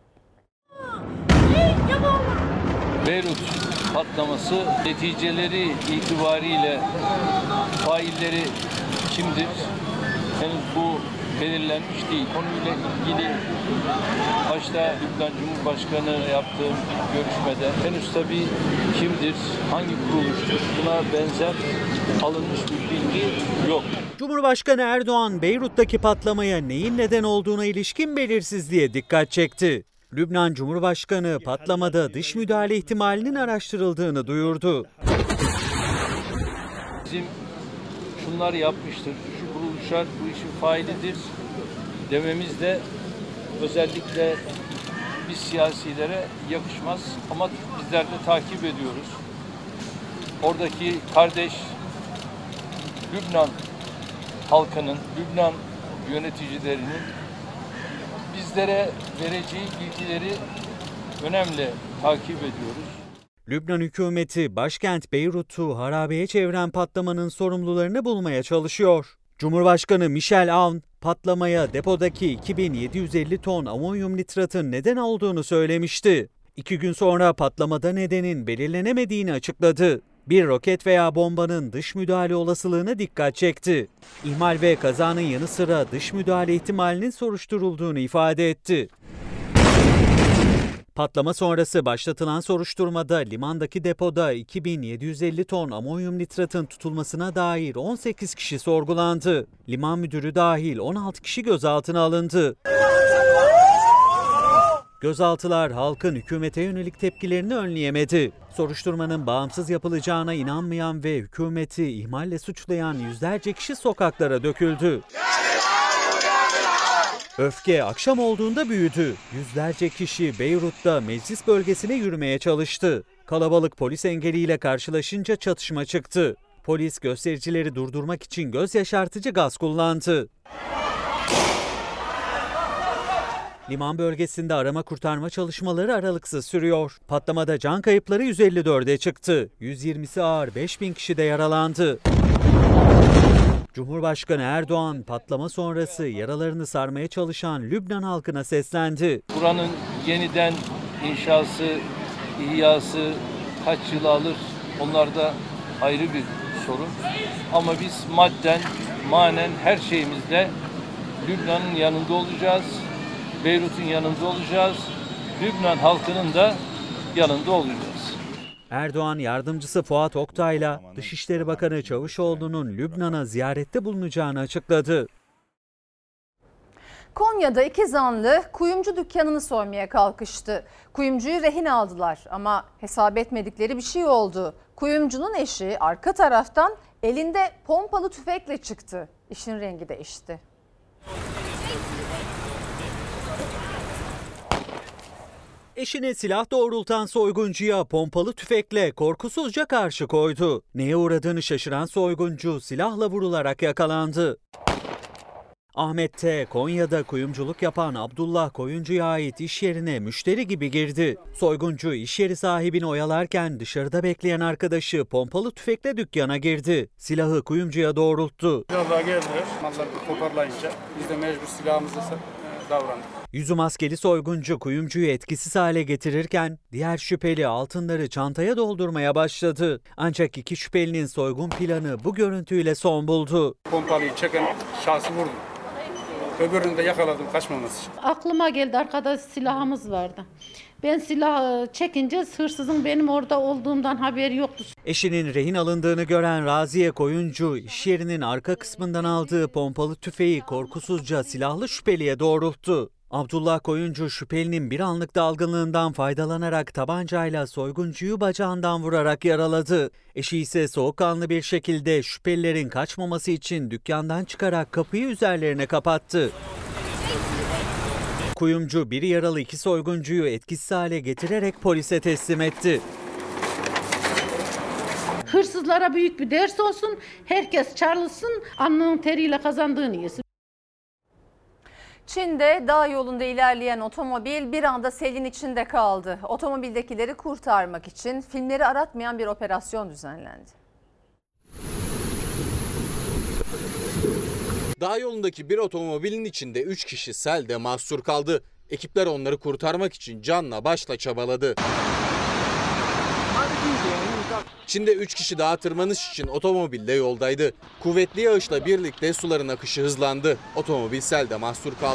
Speaker 2: Beyrut patlaması neticeleri itibariyle failleri kimdir? Henüz bu belirlenmiş değil. Konuyla ilgili başta Lübnan Cumhurbaşkanı yaptığım görüşmede henüz tabii kimdir, hangi kuruluştur buna benzer alınmış bir bilgi yok.
Speaker 21: Cumhurbaşkanı Erdoğan Beyrut'taki patlamaya neyin neden olduğuna ilişkin belirsizliğe dikkat çekti. Lübnan Cumhurbaşkanı patlamada dış müdahale ihtimalinin araştırıldığını duyurdu.
Speaker 2: Bizim şunlar yapmıştır, şu kuruluşlar bu işin failidir dememiz de özellikle biz siyasilere yakışmaz ama bizler de takip ediyoruz. Oradaki kardeş Lübnan halkının, Lübnan yöneticilerinin bizlere vereceği bilgileri önemli takip ediyoruz.
Speaker 21: Lübnan hükümeti başkent Beyrut'u harabeye çeviren patlamanın sorumlularını bulmaya çalışıyor. Cumhurbaşkanı Michel Aoun patlamaya depodaki iki bin yedi yüz elli ton amonyum nitratın neden olduğunu söylemişti. İki gün sonra patlamada nedenin belirlenemediğini açıkladı. Bir roket veya bombanın dış müdahale olasılığına dikkat çekti. İhmal ve kazanın yanı sıra dış müdahale ihtimalinin soruşturulduğunu ifade etti. Patlama sonrası başlatılan soruşturmada limandaki depoda iki bin yedi yüz elli ton amonyum nitratın tutulmasına dair on sekiz kişi sorgulandı. Liman müdürü dahil on altı kişi gözaltına alındı. Gözaltılar halkın hükümete yönelik tepkilerini önleyemedi. Soruşturmanın bağımsız yapılacağına inanmayan ve hükümeti ihmalle suçlayan yüzlerce kişi sokaklara döküldü. Öfke akşam olduğunda büyüdü. Yüzlerce kişi Beyrut'ta meclis bölgesine yürümeye çalıştı. Kalabalık polis engeliyle karşılaşınca çatışma çıktı. Polis göstericileri durdurmak için göz yaşartıcı gaz kullandı. Liman bölgesinde arama kurtarma çalışmaları aralıksız sürüyor. Patlamada can kayıpları yüz elli dörde çıktı. yüz yirmisi ağır, beş bin kişi de yaralandı. Cumhurbaşkanı Erdoğan patlama sonrası yaralarını sarmaya çalışan Lübnan halkına seslendi.
Speaker 2: Buranın yeniden inşası, ihyası kaç yıl alır? Onlar da ayrı bir sorun. Ama biz madden, manen her şeyimizle Lübnan'ın yanında olacağız. Beyrut'un yanında olacağız. Lübnan halkının da yanında olacağız.
Speaker 21: Erdoğan yardımcısı Fuat Oktay'la Dışişleri Bakanı Çavuşoğlu'nun Lübnan'a ziyarette bulunacağını açıkladı.
Speaker 1: Konya'da iki zanlı kuyumcu dükkanını soymaya kalkıştı. Kuyumcuyu rehin aldılar ama hesap etmedikleri bir şey oldu. Kuyumcunun eşi arka taraftan elinde pompalı tüfekle çıktı. İşin rengi değişti.
Speaker 21: Eşine silah doğrultan soyguncuya pompalı tüfekle korkusuzca karşı koydu. Neye uğradığını şaşıran soyguncu silahla vurularak yakalandı. Ahmet'te Konya'da kuyumculuk yapan Abdullah Koyuncu'ya ait iş yerine müşteri gibi girdi. Soyguncu iş yeri sahibini oyalarken dışarıda bekleyen arkadaşı pompalı tüfekle dükkana girdi. Silahı kuyumcuya doğrulttu.
Speaker 3: Biraz daha geldiler. Malları toparlayınca biz de mecbur silahımızla davrandık.
Speaker 21: Yüzü maskeli soyguncu kuyumcuyu etkisiz hale getirirken diğer şüpheli altınları çantaya doldurmaya başladı. Ancak iki şüphelinin soygun planı bu görüntüyle son buldu.
Speaker 3: Pompalıyı çeken şahsı vurdu. Öbürünü de yakaladım kaçmaması için.
Speaker 14: Aklıma geldi, arkada silahımız vardı. Ben silahı çekince hırsızın benim orada olduğumdan haberi yoktu.
Speaker 21: Eşinin rehin alındığını gören Raziye Koyuncu, iş yerinin arka kısmından aldığı pompalı tüfeği korkusuzca silahlı şüpheliye doğrulttu. Abdullah Koyuncu şüphelinin bir anlık dalgınlığından faydalanarak tabancayla soyguncuyu bacağından vurarak yaraladı. Eşi ise soğukkanlı bir şekilde şüphelilerin kaçmaması için dükkandan çıkarak kapıyı üzerlerine kapattı. Kuyumcu bir yaralı iki soyguncuyu etkisiz hale getirerek polise teslim etti.
Speaker 14: Hırsızlara büyük bir ders olsun, herkes çalışsın, alnının teriyle kazandığını yesin.
Speaker 1: Çin'de dağ yolunda ilerleyen otomobil bir anda selin içinde kaldı. Otomobildekileri kurtarmak için filmleri aratmayan bir operasyon düzenlendi.
Speaker 19: Dağ yolundaki bir otomobilin içinde üç kişi selde mahsur kaldı. Ekipler onları kurtarmak için canla başla çabaladı. Çin'de üç kişi dağa tırmanış için otomobilde yoldaydı. Kuvvetli yağışla birlikte suların akışı hızlandı. Otomobil selde mahsur kaldı.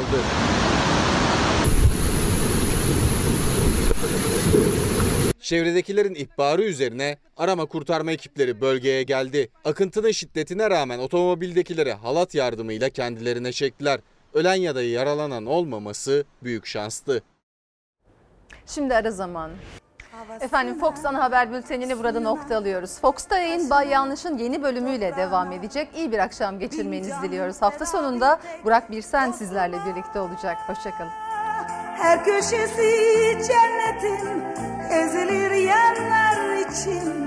Speaker 19: Çevredekilerin ihbarı üzerine arama kurtarma ekipleri bölgeye geldi. Akıntının şiddetine rağmen otomobildekileri halat yardımıyla kendilerine çektiler. Ölen ya da yaralanan olmaması büyük şanstı.
Speaker 1: Şimdi ara zamanı. Efendim Fox Ana Haber Bülteni'ni burada nokta alıyoruz. Fox'ta yayın Bay Yanlış'ın yeni bölümüyle devam edecek. İyi bir akşam geçirmenizi diliyoruz. Hafta sonunda Burak Birsen sizlerle birlikte olacak. Hoşçakalın.
Speaker 20: Her köşesi cennetin ezilir yerler için.